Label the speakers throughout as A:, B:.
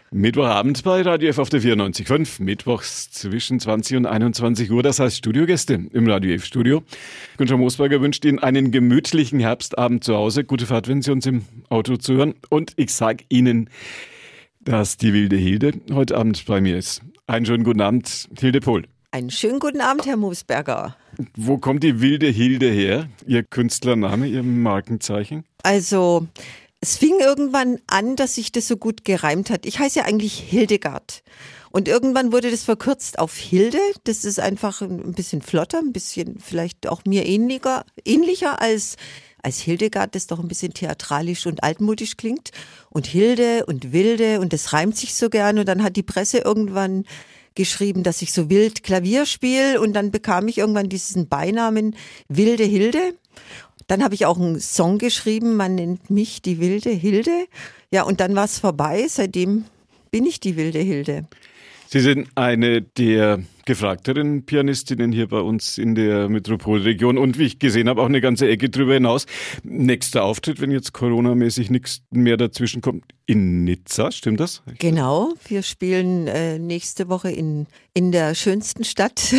A: Mittwochabend bei Radio F auf der 94.5, mittwochs zwischen 20 und 21 Uhr, das heißt Studiogäste im Radio F Studio. Günther Moosberger wünscht Ihnen einen gemütlichen Herbstabend zu Hause. Gute Fahrt, wenn Sie uns im Auto zuhören. Und ich sage Ihnen, dass die wilde Hilde heute Abend bei mir ist. Einen schönen guten Abend, Hilde Pohl.
B: Einen schönen guten Abend, Herr Moosberger.
A: Wo kommt die wilde Hilde her? Ihr Künstlername, Ihr Markenzeichen?
B: Also, es fing irgendwann an, dass sich das so gut gereimt hat. Ich heiße ja eigentlich Hildegard. Und irgendwann wurde das verkürzt auf Hilde. Das ist einfach ein bisschen flotter, ein bisschen vielleicht auch mir ähnlicher als Hildegard, das doch ein bisschen theatralisch und altmodisch klingt. Und Hilde und Wilde und das reimt sich so gern. Und dann hat die Presse irgendwann geschrieben, dass ich so wild Klavier spiele. Und dann bekam ich irgendwann diesen Beinamen Wilde Hilde. Dann habe ich auch einen Song geschrieben, man nennt mich die wilde Hilde. Ja, und dann war es vorbei, seitdem bin ich die wilde Hilde.
A: Sie sind eine der gefragteren Pianistinnen hier bei uns in der Metropolregion und wie ich gesehen habe, auch eine ganze Ecke drüber hinaus. Nächster Auftritt, wenn jetzt coronamäßig nichts mehr dazwischen kommt, in Nizza, stimmt das?
B: Genau, wir spielen nächste Woche in der schönsten Stadt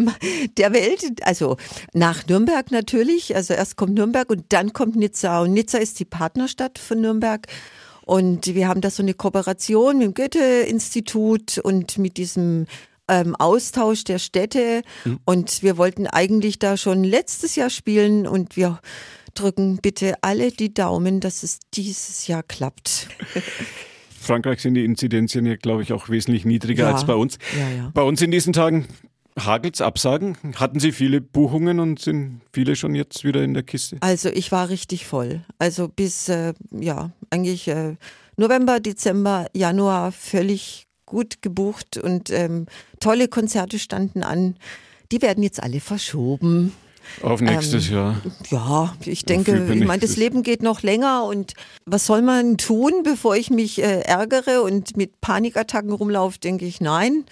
B: der Welt, also nach Nürnberg natürlich. Also erst kommt Nürnberg und dann kommt Nizza. Und Nizza ist die Partnerstadt von Nürnberg. Und wir haben da so eine Kooperation mit dem Goethe-Institut und mit diesem Austausch der Städte. Und wir wollten eigentlich da schon letztes Jahr spielen und wir drücken bitte alle die Daumen, dass es dieses Jahr klappt.
A: Frankreich sind die Inzidenzien ja, glaube ich, auch wesentlich niedriger als bei uns.
B: Ja.
A: Bei uns in diesen Tagen hagelt's Absagen. Hatten Sie viele Buchungen und sind viele schon jetzt wieder in der Kiste?
B: Also ich war richtig voll. Also bis eigentlich November, Dezember, Januar völlig gut gebucht und tolle Konzerte standen an. Die werden jetzt alle verschoben.
A: Auf nächstes Jahr.
B: Ja, ich denke, das Leben geht noch länger und was soll man tun, bevor ich mich ärgere und mit Panikattacken rumlaufe, denke ich, nein.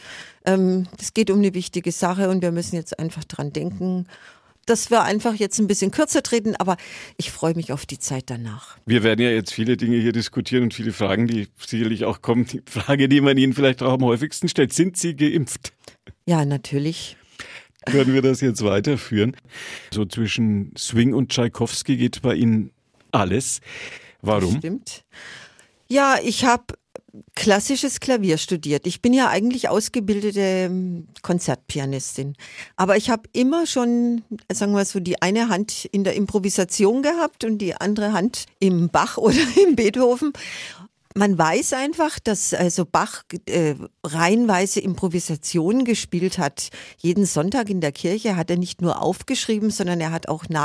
B: Es geht um eine wichtige Sache und wir müssen jetzt einfach dran denken, dass wir einfach jetzt ein bisschen kürzer treten, aber ich freue mich auf die Zeit danach.
A: Wir werden ja jetzt viele Dinge hier diskutieren und viele Fragen, die sicherlich auch kommen. Die Frage, die man Ihnen vielleicht auch am häufigsten stellt, sind Sie geimpft?
B: Ja, natürlich.
A: Können wir das jetzt weiterführen? So zwischen Swing und Tschaikowski geht bei Ihnen alles. Warum?
B: Das stimmt. Ja, ich habe klassisches Klavier studiert. Ich bin ja eigentlich ausgebildete Konzertpianistin. Aber ich habe immer schon, sagen wir so, die eine Hand in der Improvisation gehabt und die andere Hand im Bach oder im Beethoven. Man weiß einfach, dass also Bach reihenweise Improvisationen gespielt hat. Jeden Sonntag in der Kirche hat er nicht nur aufgeschrieben, sondern er hat auch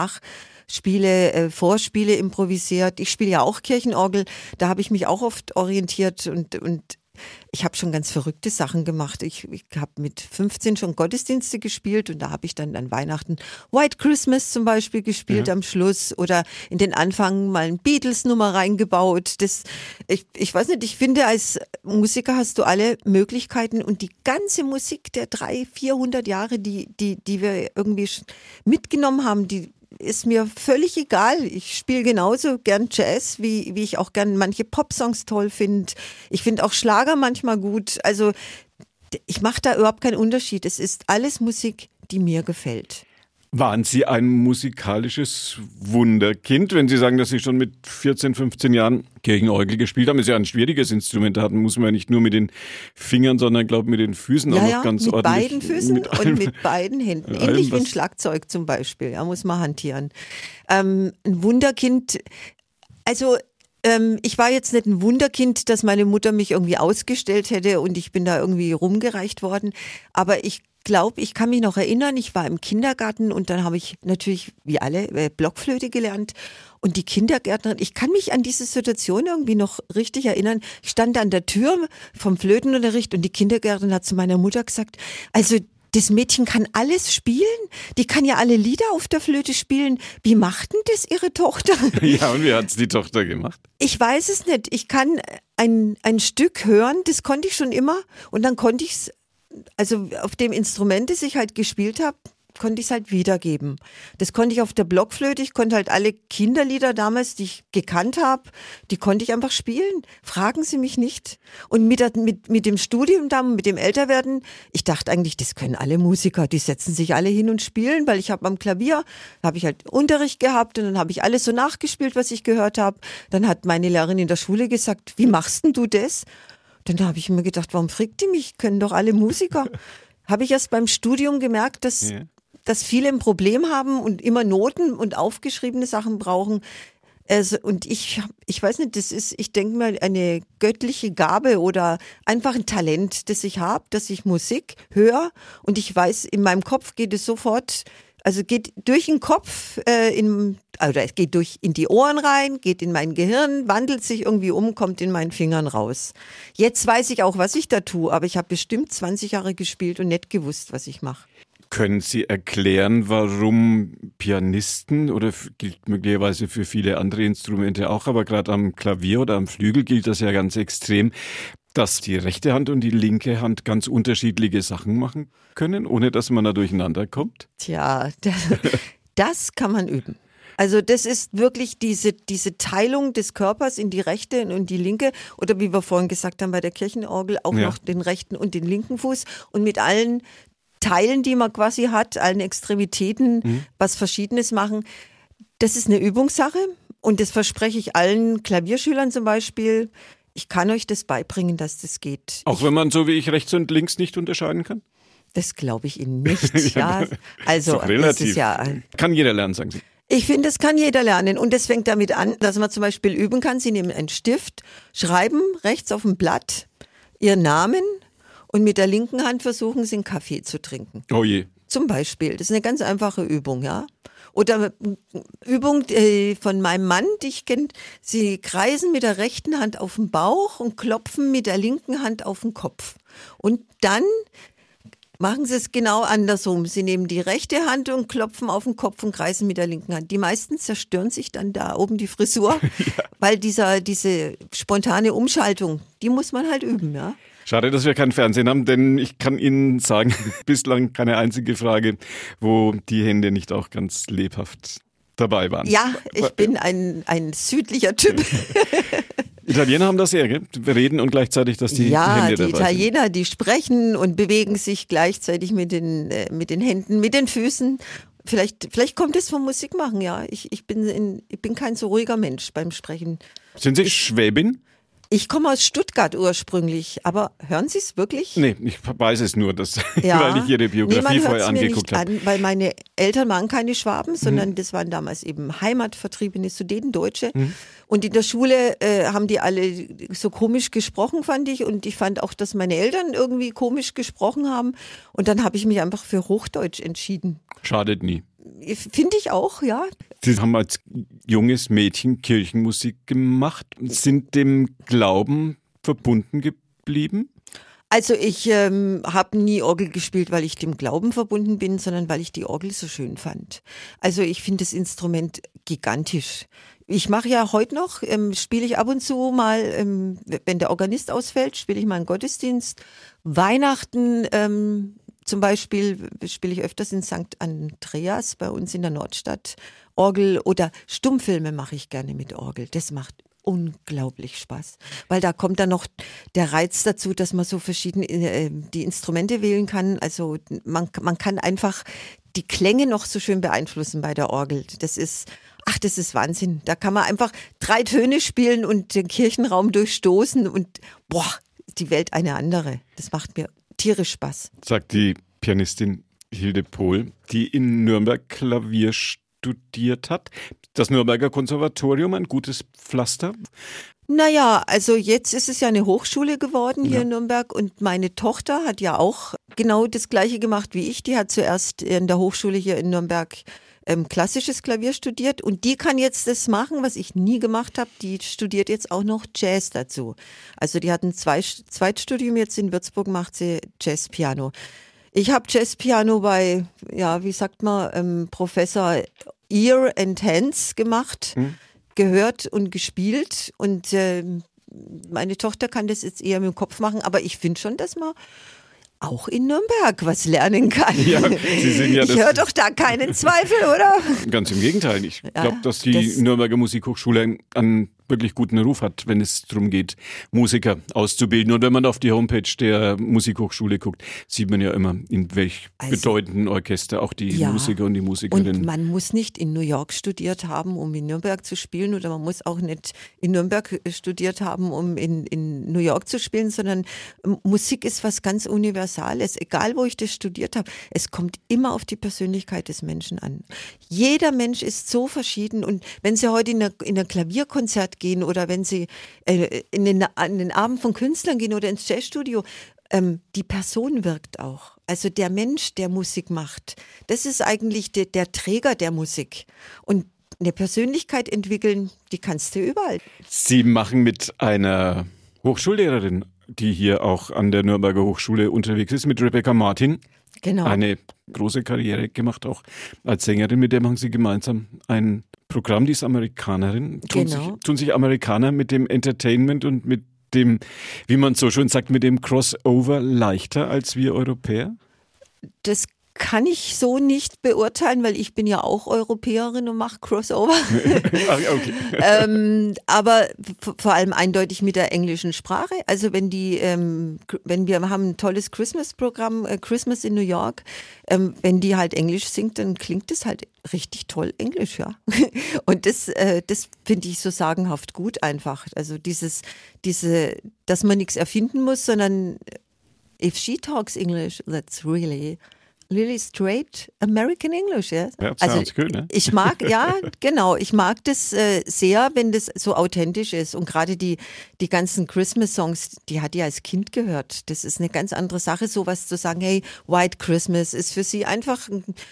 B: Vorspiele improvisiert. Ich spiele ja auch Kirchenorgel, da habe ich mich auch oft orientiert und ich habe schon ganz verrückte Sachen gemacht. Ich habe mit 15 schon Gottesdienste gespielt und da habe ich dann an Weihnachten White Christmas zum Beispiel gespielt am Schluss oder in den Anfang mal eine Beatles-Nummer reingebaut. Ich weiß nicht, ich finde, als Musiker hast du alle Möglichkeiten und die ganze Musik der 300-400 Jahre, die wir irgendwie mitgenommen haben, die ist mir völlig egal. Ich spiele genauso gern Jazz, wie ich auch gern manche Popsongs toll finde. Ich finde auch Schlager manchmal gut. Also ich mache da überhaupt keinen Unterschied. Es ist alles Musik, die mir gefällt.
A: Waren Sie ein musikalisches Wunderkind, wenn Sie sagen, dass Sie schon mit 14, 15 Jahren Kirchenorgel gespielt haben? Ist ja ein schwieriges Instrument, da muss man ja nicht nur mit den Fingern, sondern glaube ich mit den Füßen auch noch ganz ordentlich.
B: Mit beiden Füßen und mit beiden Händen. Ähnlich wie ein Schlagzeug zum Beispiel, ja, muss man hantieren. Ein Wunderkind, also ich war jetzt nicht ein Wunderkind, dass meine Mutter mich irgendwie ausgestellt hätte und ich bin da irgendwie rumgereicht worden, aber ich glaube, ich kann mich noch erinnern, ich war im Kindergarten und dann habe ich natürlich, wie alle, Blockflöte gelernt und die Kindergärtnerin, ich kann mich an diese Situation irgendwie noch richtig erinnern. Ich stand an der Tür vom Flötenunterricht und die Kindergärtnerin hat zu meiner Mutter gesagt, also das Mädchen kann alles spielen, die kann ja alle Lieder auf der Flöte spielen. Wie macht denn das ihre Tochter?
A: Ja, und wie hat's die Tochter gemacht?
B: Ich weiß es nicht. Ich kann ein Stück hören, das konnte ich schon immer und dann konnte ich es, also auf dem Instrument, das ich halt gespielt habe, konnte ich es halt wiedergeben. Das konnte ich auf der Blockflöte, ich konnte halt alle Kinderlieder damals, die ich gekannt habe, die konnte ich einfach spielen. Fragen Sie mich nicht. Und mit dem Studium dann, mit dem Älterwerden, ich dachte eigentlich, das können alle Musiker, die setzen sich alle hin und spielen, weil ich habe am Klavier, habe ich halt Unterricht gehabt und dann habe ich alles so nachgespielt, was ich gehört habe. Dann hat meine Lehrerin in der Schule gesagt, wie machst denn du das? Dann habe ich mir gedacht, warum fragt die mich? Können doch alle Musiker. Habe ich erst beim Studium gemerkt, dass viele ein Problem haben und immer Noten und aufgeschriebene Sachen brauchen. Also, und ich weiß nicht, das ist, ich denke mal, eine göttliche Gabe oder einfach ein Talent, das ich habe, dass ich Musik höre und ich weiß, in meinem Kopf geht es sofort, also geht durch den Kopf, oder es geht in die Ohren rein, geht in mein Gehirn, wandelt sich irgendwie um, kommt in meinen Fingern raus. Jetzt weiß ich auch, was ich da tue, aber ich habe bestimmt 20 Jahre gespielt und nicht gewusst, was ich mache.
A: Können Sie erklären, warum Pianisten, oder gilt möglicherweise für viele andere Instrumente auch, aber gerade am Klavier oder am Flügel gilt das ja ganz extrem, dass die rechte Hand und die linke Hand ganz unterschiedliche Sachen machen können, ohne dass man da durcheinander kommt?
B: Tja, das kann man üben. Also das ist wirklich diese Teilung des Körpers in die rechte und die linke oder wie wir vorhin gesagt haben bei der Kirchenorgel auch noch den rechten und den linken Fuß und mit allen Teilen, die man quasi hat, allen Extremitäten, was Verschiedenes machen. Das ist eine Übungssache und das verspreche ich allen Klavierschülern zum Beispiel. Ich kann euch das beibringen, dass das geht.
A: Auch wenn man so wie ich rechts und links nicht unterscheiden kann?
B: Das glaube ich Ihnen nicht. Ja, also
A: ist doch relativ.
B: das ist ja,
A: kann jeder lernen, sagen Sie.
B: Ich finde, das kann jeder lernen und das fängt damit an, dass man zum Beispiel üben kann. Sie nehmen einen Stift, schreiben rechts auf dem Blatt Ihren Namen und mit der linken Hand versuchen Sie einen Kaffee zu trinken.
A: Oh je.
B: Zum Beispiel. Das ist eine ganz einfache Übung, ja. Oder Übung von meinem Mann, die ich kenne. Sie kreisen mit der rechten Hand auf den Bauch und klopfen mit der linken Hand auf den Kopf. Und dann machen Sie es genau andersrum. Sie nehmen die rechte Hand und klopfen auf den Kopf und kreisen mit der linken Hand. Die meisten zerstören sich dann da oben die Frisur, weil diese spontane Umschaltung, die muss man halt üben, ja.
A: Schade, dass wir kein Fernsehen haben, denn ich kann Ihnen sagen, bislang keine einzige Frage, wo die Hände nicht auch ganz lebhaft dabei waren.
B: Ja, ich bin ein südlicher Typ.
A: Italiener haben das sehr, gell? Reden und gleichzeitig, dass die Hände dabei sind. Ja, die
B: Italiener, die sprechen und bewegen sich gleichzeitig mit den Händen, mit den Füßen. Vielleicht kommt es vom Musikmachen, ja. Ich bin kein so ruhiger Mensch beim Sprechen.
A: Sind Sie Schwäbin?
B: Ich komme aus Stuttgart ursprünglich, aber hören Sie es wirklich?
A: Nee, ich weiß es nur, weil ich Ihre Biografie vorher angeguckt habe.
B: Weil meine Eltern waren keine Schwaben, sondern das waren damals eben heimatvertriebene Sudetendeutsche. Und in der Schule haben die alle so komisch gesprochen, fand ich. Und ich fand auch, dass meine Eltern irgendwie komisch gesprochen haben. Und dann habe ich mich einfach für Hochdeutsch entschieden.
A: Schadet nie.
B: Finde ich auch, ja.
A: Sie haben als junges Mädchen Kirchenmusik gemacht, sind dem Glauben verbunden geblieben?
B: Also ich habe nie Orgel gespielt, weil ich dem Glauben verbunden bin, sondern weil ich die Orgel so schön fand. Also ich finde das Instrument gigantisch. Ich mache ja heute noch, spiele ich ab und zu mal, wenn der Organist ausfällt, spiele ich mal einen Gottesdienst. Weihnachten zum Beispiel spiele ich öfters in St. Andreas bei uns in der Nordstadt Orgel oder Stummfilme mache ich gerne mit Orgel. Das macht unglaublich Spaß, weil da kommt dann noch der Reiz dazu, dass man so verschiedene die Instrumente wählen kann. Also man kann einfach die Klänge noch so schön beeinflussen bei der Orgel. Das ist Wahnsinn. Da kann man einfach 3 Töne spielen und den Kirchenraum durchstoßen und die Welt eine andere. Das macht mir tierisch Spaß.
A: Sagt die Pianistin Hilde Pohl, die in Nürnberg Klavier studiert hat. Das Nürnberger Konservatorium, ein gutes Pflaster?
B: Naja, also jetzt ist es ja eine Hochschule geworden hier in Nürnberg und meine Tochter hat ja auch genau das Gleiche gemacht wie ich. Die hat zuerst in der Hochschule hier in Nürnberg klassisches Klavier studiert und die kann jetzt das machen, was ich nie gemacht habe. Die studiert jetzt auch noch Jazz dazu. Also die hat ein Zweitstudium jetzt in Würzburg, macht sie Jazzpiano. Ich habe Jazzpiano bei, wie sagt man, Professor Ear and Hands gemacht, gehört und gespielt und meine Tochter kann das jetzt eher mit dem Kopf machen, aber ich finde schon, dass man auch in Nürnberg was lernen kann.
A: Ja, Sie sind ja
B: ich höre doch da keinen Zweifel, oder?
A: Ganz im Gegenteil. Ich glaube, dass die Nürnberger Musikhochschule einen wirklich guten Ruf hat, wenn es darum geht, Musiker auszubilden. Und wenn man auf die Homepage der Musikhochschule guckt, sieht man ja immer, in welch bedeutenden Orchester auch die Musiker und die Musikerinnen.
B: Und man muss nicht in New York studiert haben, um in Nürnberg zu spielen, oder man muss auch nicht in Nürnberg studiert haben, um in New York zu spielen, sondern Musik ist was ganz Universales. Egal, wo ich das studiert habe, es kommt immer auf die Persönlichkeit des Menschen an. Jeder Mensch ist so verschieden, und wenn Sie heute in ein Klavierkonzert gehen oder wenn Sie an den Abend von Künstlern gehen oder ins Jazzstudio, die Person wirkt auch. Also der Mensch, der Musik macht, das ist eigentlich der Träger der Musik. Und eine Persönlichkeit entwickeln, die kannst du überall.
A: Sie machen mit einer Hochschullehrerin, die hier auch an der Nürnberger Hochschule unterwegs ist, mit Rebecca Martin.
B: Genau.
A: Eine große Karriere gemacht, auch als Sängerin. Mit der machen Sie gemeinsam ein Programm, die ist Amerikanerin. Tun sich Amerikaner mit dem Entertainment und mit dem, wie man so schön sagt, mit dem Crossover leichter als wir Europäer?
B: Das kann ich so nicht beurteilen, weil ich bin ja auch Europäerin und mache Crossover.
A: Okay.
B: Aber vor allem eindeutig mit der englischen Sprache. Also wenn wir haben ein tolles Christmas-Programm, Christmas in New York, wenn die halt Englisch singt, dann klingt es halt richtig toll Englisch, ja. Und das finde ich so sagenhaft gut einfach. Also dass man nichts erfinden muss, sondern if she talks English, that's really straight American English, yes?
A: Ja, sounds good, ne?
B: Ich mag, ich mag das sehr, wenn das so authentisch ist. Und gerade die ganzen Christmas-Songs, die hat die als Kind gehört. Das ist eine ganz andere Sache, sowas zu sagen, hey, White Christmas ist für sie einfach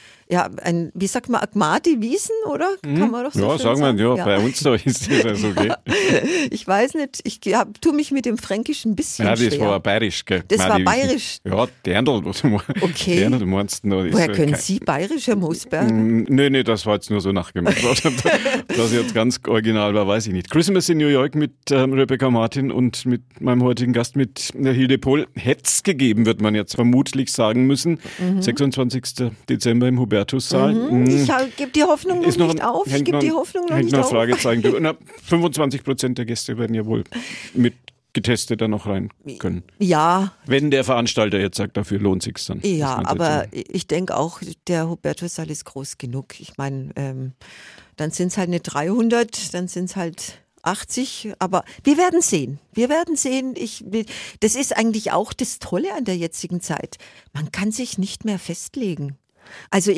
B: wie sagt man, Agmati Wiesen, oder? Kann man doch so
A: ja, sagen wir, ja, bei uns da ist das also okay.
B: Ich weiß nicht, ich tue mich mit dem Fränkischen ein bisschen schwer.
A: Ja, das war bayerisch, gell?
B: Das war bayerisch?
A: Ja, Derndl.
B: Okay.
A: Derndl, du meinst noch.
B: Woher können Sie bayerisch, Herr Mosberg?
A: Nee, das war jetzt nur so nachgemacht. Das jetzt ganz original war, weiß ich nicht. Christmas in New York mit Rebecca Martin und mit meinem heutigen Gast, mit Hilde Pohl. Hätte es gegeben, wird man jetzt vermutlich sagen müssen. 26. Dezember im Hubertussaal.
B: Ich gebe die Hoffnung noch nicht auf. Ich gebe die Hoffnung noch nicht auf.
A: Fragezeichen drüber. 25% der Gäste werden ja wohl mit getestet dann noch rein können.
B: Ja.
A: Wenn der Veranstalter jetzt sagt, dafür lohnt sich dann.
B: Ja, aber ich denke auch, der Hubertussaal ist groß genug. Ich meine, dann sind es halt nicht 300, dann sind es halt 80, aber wir werden sehen. Wir werden sehen. Das ist eigentlich auch das Tolle an der jetzigen Zeit. Man kann sich nicht mehr festlegen. Also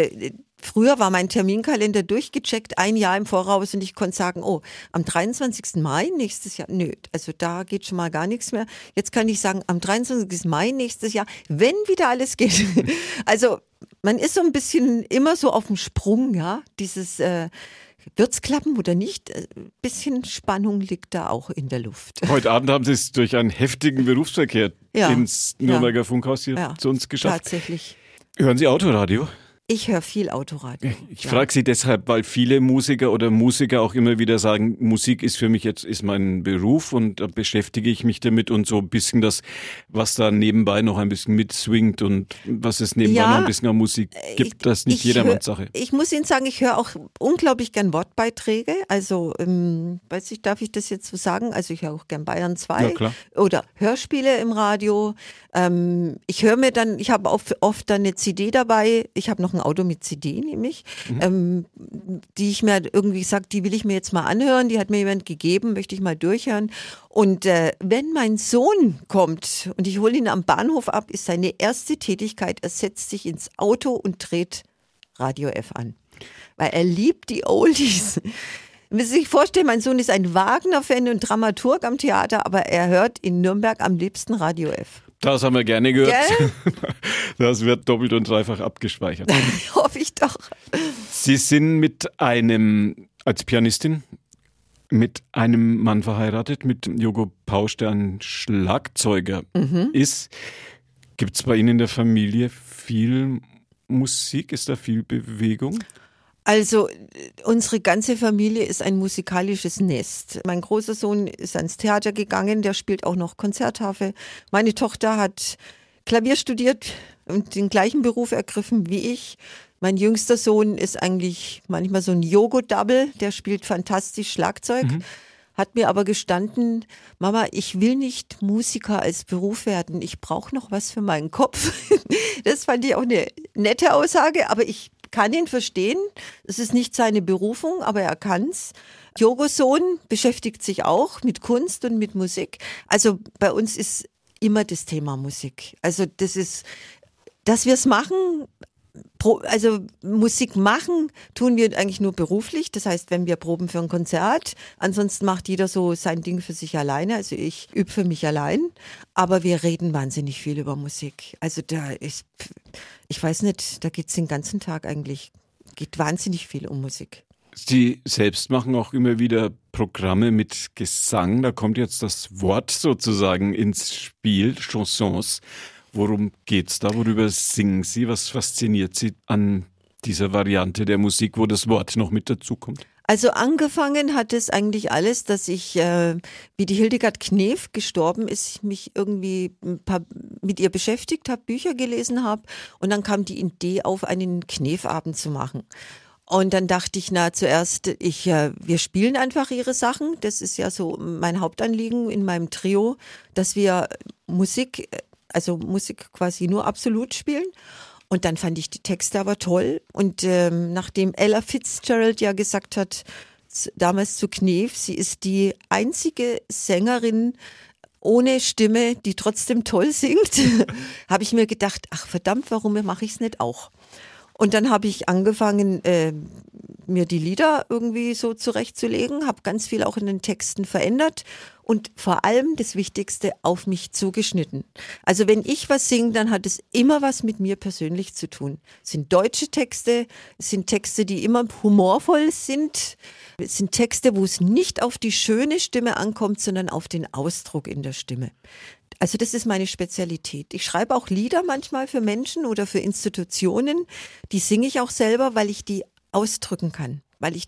B: früher war mein Terminkalender durchgecheckt, ein Jahr im Voraus, und ich konnte sagen, oh, am 23. Mai nächstes Jahr, nö, also da geht schon mal gar nichts mehr. Jetzt kann ich sagen, am 23. Mai nächstes Jahr, wenn wieder alles geht. Also man ist so ein bisschen immer so auf dem Sprung, ja, dieses wird's klappen oder nicht? Ein bisschen Spannung liegt da auch in der Luft.
A: Heute Abend haben Sie es durch einen heftigen Berufsverkehr ins Nürnberger Funkhaus hier zu uns geschafft.
B: Tatsächlich.
A: Hören Sie Autoradio?
B: Ich höre viel Autoradio.
A: Ich frage Sie deshalb, weil viele Musiker auch immer wieder sagen, Musik ist für mich ist mein Beruf und da beschäftige ich mich damit, und so ein bisschen das, was da nebenbei noch ein bisschen mitswingt und was es nebenbei noch ein bisschen an Musik gibt, das ist nicht jedermanns Sache.
B: Ich muss Ihnen sagen, ich höre auch unglaublich gern Wortbeiträge, also weiß ich, darf ich das jetzt so sagen? Also ich höre auch gern Bayern 2 oder Hörspiele im Radio. Ich höre mir dann, ich habe oft dann eine CD dabei, ich habe noch ein Auto mit CD, nämlich, die ich mir irgendwie sage, die will ich mir jetzt mal anhören, die hat mir jemand gegeben, möchte ich mal durchhören. Und wenn mein Sohn kommt und ich hole ihn am Bahnhof ab, ist seine erste Tätigkeit, er setzt sich ins Auto und dreht Radio F an, weil er liebt die Oldies. Man muss sich vorstellen, mein Sohn ist ein Wagner-Fan und Dramaturg am Theater, aber er hört in Nürnberg am liebsten Radio F.
A: Das haben wir gerne gehört. Das wird doppelt und dreifach abgespeichert.
B: Hoffe ich doch.
A: Sie sind als Pianistin mit einem Mann verheiratet, mit Jogo Pausch, der ein Schlagzeuger ist. Gibt es bei Ihnen in der Familie viel Musik? Ist da viel Bewegung?
B: Also unsere ganze Familie ist ein musikalisches Nest. Mein großer Sohn ist ans Theater gegangen, der spielt auch noch Konzerthafe. Meine Tochter hat Klavier studiert und den gleichen Beruf ergriffen wie ich. Mein jüngster Sohn ist eigentlich manchmal so ein Jogo-Double, der spielt fantastisch Schlagzeug. Hat mir aber gestanden, Mama, ich will nicht Musiker als Beruf werden, ich brauche noch was für meinen Kopf. Das fand ich auch eine nette Aussage, aber ich kann ihn verstehen. Es ist nicht seine Berufung, aber er kann's. Jogos Sohn beschäftigt sich auch mit Kunst und mit Musik. Also bei uns ist immer das Thema Musik. Also das ist, dass wir es machen. Also Musik machen tun wir eigentlich nur beruflich, das heißt, wenn wir proben für ein Konzert, ansonsten macht jeder so sein Ding für sich alleine, also ich übe für mich allein, aber wir reden wahnsinnig viel über Musik, also ich weiß nicht, da geht es den ganzen Tag eigentlich, geht wahnsinnig viel um Musik.
A: Sie selbst machen auch immer wieder Programme mit Gesang, da kommt jetzt das Wort sozusagen ins Spiel, Chansons. Worum geht's da? Worüber singen Sie? Was fasziniert Sie an dieser Variante der Musik, wo das Wort noch mit dazukommt?
B: Also angefangen hat es eigentlich alles, dass ich, wie die Hildegard Knef gestorben ist, mich irgendwie mit ihr beschäftigt habe, Bücher gelesen habe und dann kam die Idee auf, einen Knef-Abend zu machen. Und dann dachte ich, zuerst, wir spielen einfach ihre Sachen. Das ist ja so mein Hauptanliegen in meinem Trio, dass wir Musik quasi nur absolut spielen. Und dann fand ich die Texte aber toll. Und nachdem Ella Fitzgerald ja gesagt hat, damals zu Knef, sie ist die einzige Sängerin ohne Stimme, die trotzdem toll singt, habe ich mir gedacht, ach verdammt, warum mache ich es nicht auch? Und dann habe ich angefangen, mir die Lieder irgendwie so zurechtzulegen, habe ganz viel auch in den Texten verändert und vor allem das Wichtigste, auf mich zugeschnitten. Also wenn ich was singe, dann hat es immer was mit mir persönlich zu tun. Es sind deutsche Texte, es sind Texte, die immer humorvoll sind, es sind Texte, wo es nicht auf die schöne Stimme ankommt, sondern auf den Ausdruck in der Stimme. Also das ist meine Spezialität. Ich schreibe auch Lieder manchmal für Menschen oder für Institutionen. Die singe ich auch selber, weil ich die ausdrücken kann.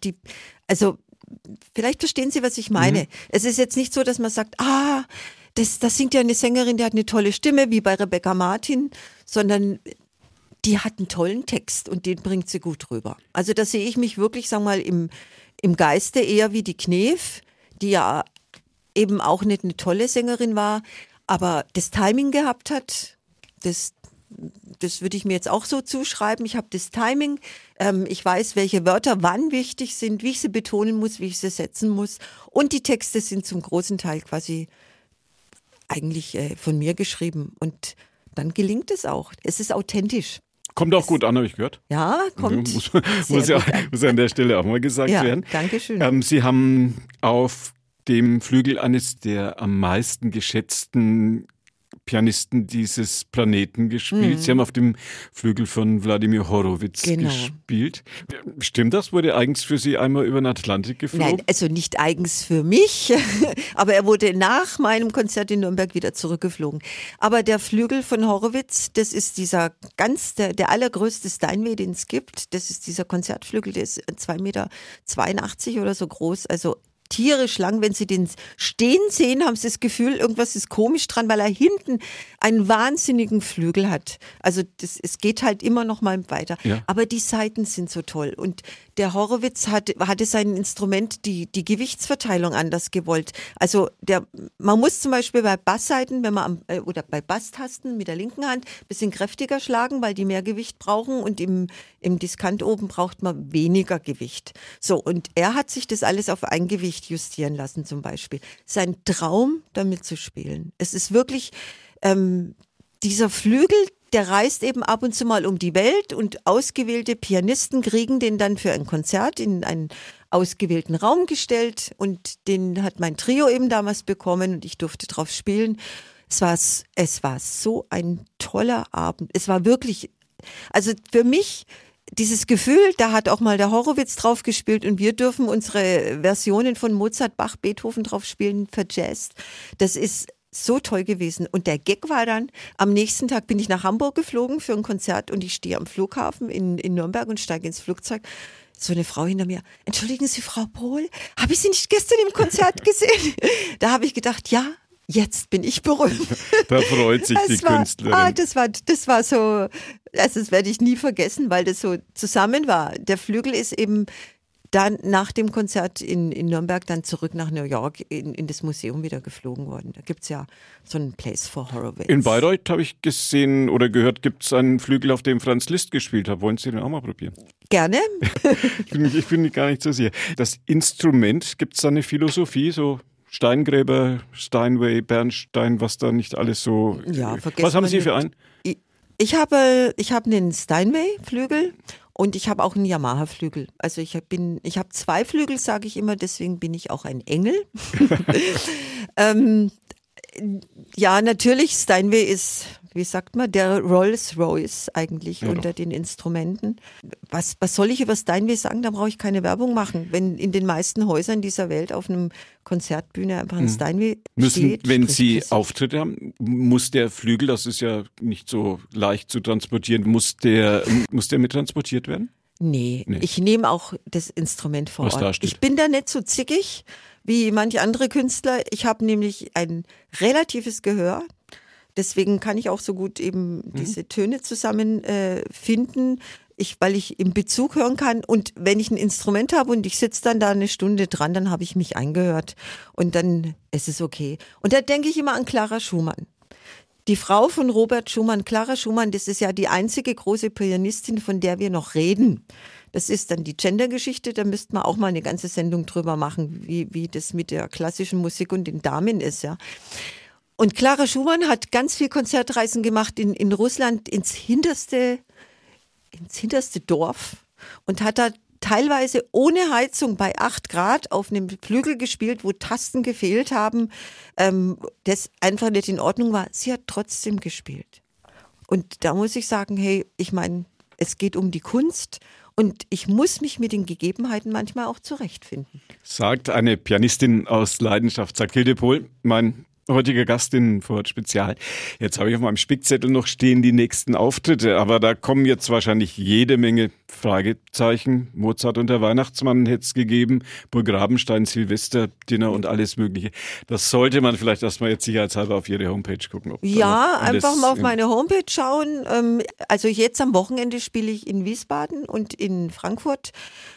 B: Also vielleicht verstehen Sie, was ich meine. Es ist jetzt nicht so, dass man sagt, das singt ja eine Sängerin, die hat eine tolle Stimme, wie bei Rebecca Martin, sondern die hat einen tollen Text und den bringt sie gut rüber. Also da sehe ich mich wirklich, sagen wir mal, im Geiste eher wie die Knef, die ja eben auch nicht eine tolle Sängerin war, aber das Timing gehabt hat, das würde ich mir jetzt auch so zuschreiben. Ich habe das Timing, ich weiß, welche Wörter wann wichtig sind, wie ich sie betonen muss, wie ich sie setzen muss. Und die Texte sind zum großen Teil quasi eigentlich von mir geschrieben. Und dann gelingt es auch. Es ist authentisch.
A: Kommt auch gut an, habe ich gehört.
B: Ja, kommt.
A: Muss ja an der Stelle auch mal gesagt werden.
B: Danke schön.
A: Sie haben auf dem Flügel eines der am meisten geschätzten Pianisten dieses Planeten gespielt. Sie haben auf dem Flügel von Wladimir Horowitz gespielt. Stimmt das? Wurde eigens für Sie einmal über den Atlantik geflogen?
B: Nein, also nicht eigens für mich, aber er wurde nach meinem Konzert in Nürnberg wieder zurückgeflogen. Aber der Flügel von Horowitz, das ist dieser der allergrößte Steinway, den es gibt. Das ist dieser Konzertflügel, der ist 2,82 Meter oder so groß, also tierisch lang. Wenn Sie den stehen sehen, haben Sie das Gefühl, irgendwas ist komisch dran, weil er hinten einen wahnsinnigen Flügel hat. Also es geht halt immer noch mal weiter. Ja. Aber die Saiten sind so toll. Und der Horowitz hatte sein Instrument, die Gewichtsverteilung anders gewollt. Also man muss zum Beispiel bei Basssaiten, oder bei Basstasten mit der linken Hand ein bisschen kräftiger schlagen, weil die mehr Gewicht brauchen und im Diskant oben braucht man weniger Gewicht. So, und er hat sich das alles auf ein Gewicht justieren lassen zum Beispiel. Sein Traum, damit zu spielen. Es ist wirklich dieser Flügel, der reist eben ab und zu mal um die Welt und ausgewählte Pianisten kriegen den dann für ein Konzert in einen ausgewählten Raum gestellt und den hat mein Trio eben damals bekommen und ich durfte drauf spielen. Es war so ein toller Abend. Es war wirklich, also für mich dieses Gefühl, da hat auch mal der Horowitz drauf gespielt und wir dürfen unsere Versionen von Mozart, Bach, Beethoven drauf spielen, verjazzt. Das ist so toll gewesen. Und der Gag war dann, am nächsten Tag bin ich nach Hamburg geflogen für ein Konzert und ich stehe am Flughafen in Nürnberg und steige ins Flugzeug. So eine Frau hinter mir, entschuldigen Sie, Frau Pohl, habe ich Sie nicht gestern im Konzert gesehen? Da habe ich gedacht, ja, Jetzt bin ich berühmt.
A: Da freut sich die Künstlerin.
B: Das war so, also das werde ich nie vergessen, weil das so zusammen war. Der Flügel ist eben dann nach dem Konzert in Nürnberg dann zurück nach New York in das Museum wieder geflogen worden. Da gibt es ja so einen Place for Horowitz.
A: In Bayreuth habe ich gesehen oder gehört, gibt es einen Flügel, auf dem Franz Liszt gespielt hat. Wollen Sie den auch mal probieren?
B: Gerne.
A: Ich bin gar nicht so sicher. Das Instrument, gibt es da eine Philosophie, so Steingräber, Steinway, Bernstein, was da nicht alles so...
B: Ja, vergessen
A: was haben Sie für einen?
B: Ich habe einen Steinway-Flügel. Und ich habe auch einen Yamaha-Flügel. Also ich habe 2 Flügel, sage ich immer, deswegen bin ich auch ein Engel. Ja, natürlich, Steinway ist, wie sagt man, der Rolls-Royce eigentlich unter den Instrumenten. Was soll ich über Steinway sagen? Da brauche ich keine Werbung machen. Wenn in den meisten Häusern dieser Welt auf einem Konzertbühne einfach ein Steinway steht.
A: Wenn Sie Auftritte haben, muss der Flügel, das ist ja nicht so leicht zu transportieren, muss der mit transportiert werden?
B: Nee, ich nehme auch das Instrument vor
A: Was da
B: Ort.
A: steht.
B: Ich bin da nicht so zickig wie manche andere Künstler. Ich habe nämlich ein relatives Gehör. Deswegen kann ich auch so gut eben diese Töne zusammen finden, weil ich im Bezug hören kann. Und wenn ich ein Instrument habe und ich sitze dann da eine Stunde dran, dann habe ich mich eingehört und dann ist es okay. Und da denke ich immer an Clara Schumann. Die Frau von Robert Schumann, Clara Schumann, das ist ja die einzige große Pianistin, von der wir noch reden. Das ist dann die Gender-Geschichte, da müsste man auch mal eine ganze Sendung drüber machen, wie das mit der klassischen Musik und den Damen ist, ja. Und Clara Schumann hat ganz viel Konzertreisen gemacht in Russland ins hinterste Dorf und hat da teilweise ohne Heizung bei 8 Grad auf einem Flügel gespielt, wo Tasten gefehlt haben, das einfach nicht in Ordnung war. Sie hat trotzdem gespielt. Und da muss ich sagen, hey, ich meine, es geht um die Kunst und ich muss mich mit den Gegebenheiten manchmal auch zurechtfinden.
A: Sagt eine Pianistin aus Leidenschaft, sagt Hilde Pohl, mein heutiger Gast in Vorort Spezial. Jetzt habe ich auf meinem Spickzettel noch stehen die nächsten Auftritte, aber da kommen jetzt wahrscheinlich jede Menge Fragezeichen. Mozart und der Weihnachtsmann hätte es gegeben, Burg Rabenstein, Silvester-Dinner und alles Mögliche. Das sollte man vielleicht erstmal jetzt sicherheitshalber auf Ihre Homepage gucken.
B: Ja, einfach mal auf meine Homepage schauen. Also jetzt am Wochenende spiele ich in Wiesbaden und in Frankfurt.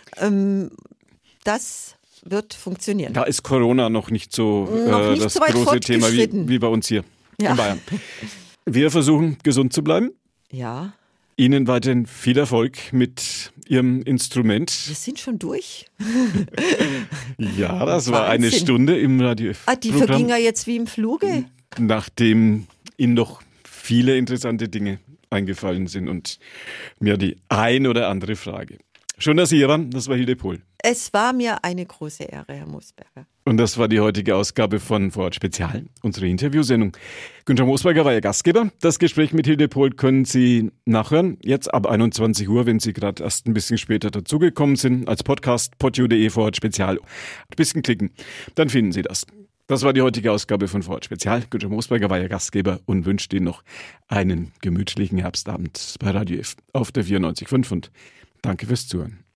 B: Das wird funktionieren.
A: Da ist Corona noch nicht so das große Thema wie bei uns hier in Bayern. Wir versuchen, gesund zu bleiben.
B: Ja.
A: Ihnen weiterhin viel Erfolg mit Ihrem Instrument.
B: Wir sind schon durch.
A: Ja, das war eine Stunde im Radio F.
B: Die verging ja jetzt wie im Fluge.
A: Nachdem Ihnen noch viele interessante Dinge eingefallen sind und mir die ein oder andere Frage. Schön, dass Sie hier waren. Das war Hilde Pohl.
B: Es war mir eine große Ehre, Herr Mosberger.
A: Und das war die heutige Ausgabe von Vorort Spezial, unsere Interviewsendung. Günther Mosberger war Ihr Gastgeber. Das Gespräch mit Hilde Pohl können Sie nachhören, jetzt ab 21 Uhr, wenn Sie gerade erst ein bisschen später dazugekommen sind, als Podcast podu.de Vorort Spezial. Ein bisschen klicken, dann finden Sie das. Das war die heutige Ausgabe von Vorort Spezial. Günther Mosberger war Ihr Gastgeber und wünscht Ihnen noch einen gemütlichen Herbstabend bei Radio F auf der 94.5 und danke fürs Zuhören.